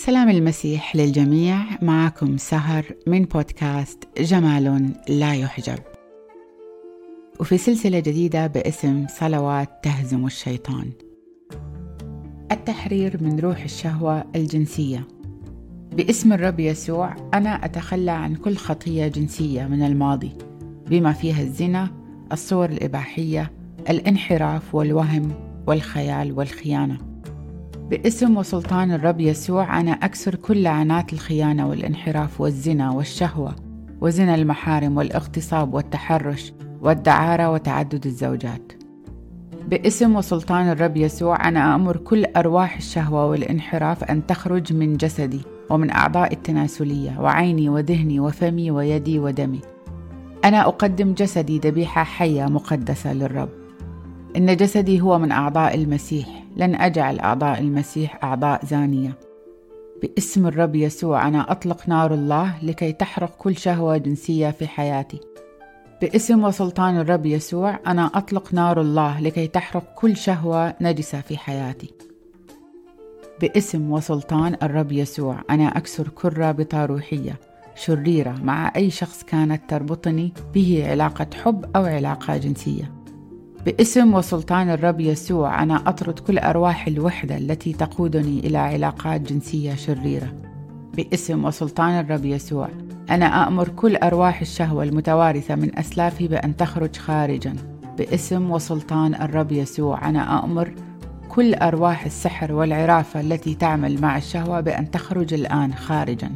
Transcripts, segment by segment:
سلام المسيح للجميع. معكم سهر من بودكاست جمال لا يحجب، وفي سلسلة جديدة باسم صلوات تهزم الشيطان. التحرير من روح الشهوة الجنسية. باسم الرب يسوع أنا أتخلى عن كل خطية جنسية من الماضي، بما فيها الزنا، الصور الإباحية، الانحراف والوهم والخيال والخيانة. باسم وسلطان الرب يسوع أنا أكسر كل لعنات الخيانة والانحراف والزنا والشهوة وزنا المحارم والاغتصاب والتحرش والدعارة وتعدد الزوجات. باسم وسلطان الرب يسوع أنا أأمر كل أرواح الشهوة والانحراف أن تخرج من جسدي ومن أعضاء التناسلية وعيني وذهني وفمي ويدي ودمي. أنا أقدم جسدي ذبيحة حية مقدسة للرب. إن جسدي هو من أعضاء المسيح، لن أجعل أعضاء المسيح أعضاء زانية. باسم الرب يسوع أنا أطلق نار الله لكي تحرق كل شهوة جنسية في حياتي. باسم وسلطان الرب يسوع أنا أطلق نار الله لكي تحرق كل شهوة نجسة في حياتي. باسم وسلطان الرب يسوع أنا أكسر كل رابطة روحية شريرة مع أي شخص كانت تربطني به علاقة حب أو علاقة جنسية. باسم وسلطان الرب يسوع أنا أطرد كل أرواح الوحدة التي تقودني إلى علاقات جنسية شريرة. باسم وسلطان الرب يسوع أنا أأمر كل أرواح الشهوة المتوارثة من أسلافي بأن تخرج خارجاً. باسم وسلطان الرب يسوع أنا أأمر كل أرواح السحر والعرافة التي تعمل مع الشهوة بأن تخرج الآن خارجاً.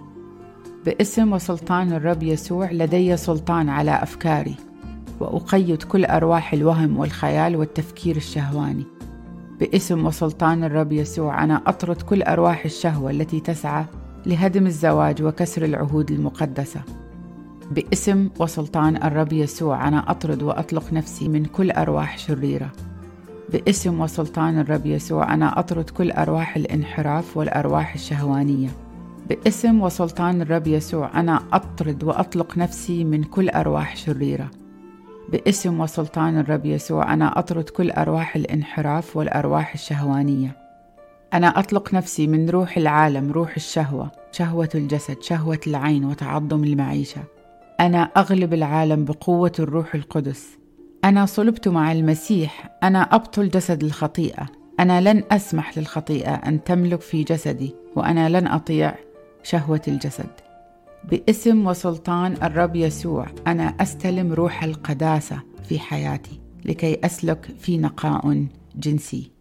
باسم وسلطان الرب يسوع لدي سلطان على أفكاري، وأقيد كل أرواح الوهم والخيال والتفكير الشهواني. باسم وسلطان الرب يسوع أنا أطرد كل أرواح الشهوة التي تسعى لهدم الزواج وكسر العهود المقدسة. باسم وسلطان الرب يسوع أنا أطرد وأطلق نفسي من كل أرواح شريرة. باسم وسلطان الرب يسوع أنا أطرد كل أرواح الانحراف والأرواح الشهوانية. باسم وسلطان الرب يسوع أنا أطرد وأطلق نفسي من كل أرواح شريرة. باسم وسلطان الرب يسوع أنا أطرد كل أرواح الانحراف والأرواح الشهوانية. أنا أطلق نفسي من روح العالم، روح الشهوة، شهوة الجسد، شهوة العين وتعظم المعيشة. أنا أغلب العالم بقوة الروح القدس. أنا صلبت مع المسيح. أنا أبطل جسد الخطيئة. أنا لن أسمح للخطيئة أن تملك في جسدي، وأنا لن أطيع شهوة الجسد. باسم وسلطان الرب يسوع أنا أستلم روح القداسة في حياتي لكي أسلك في نقاء جنسي.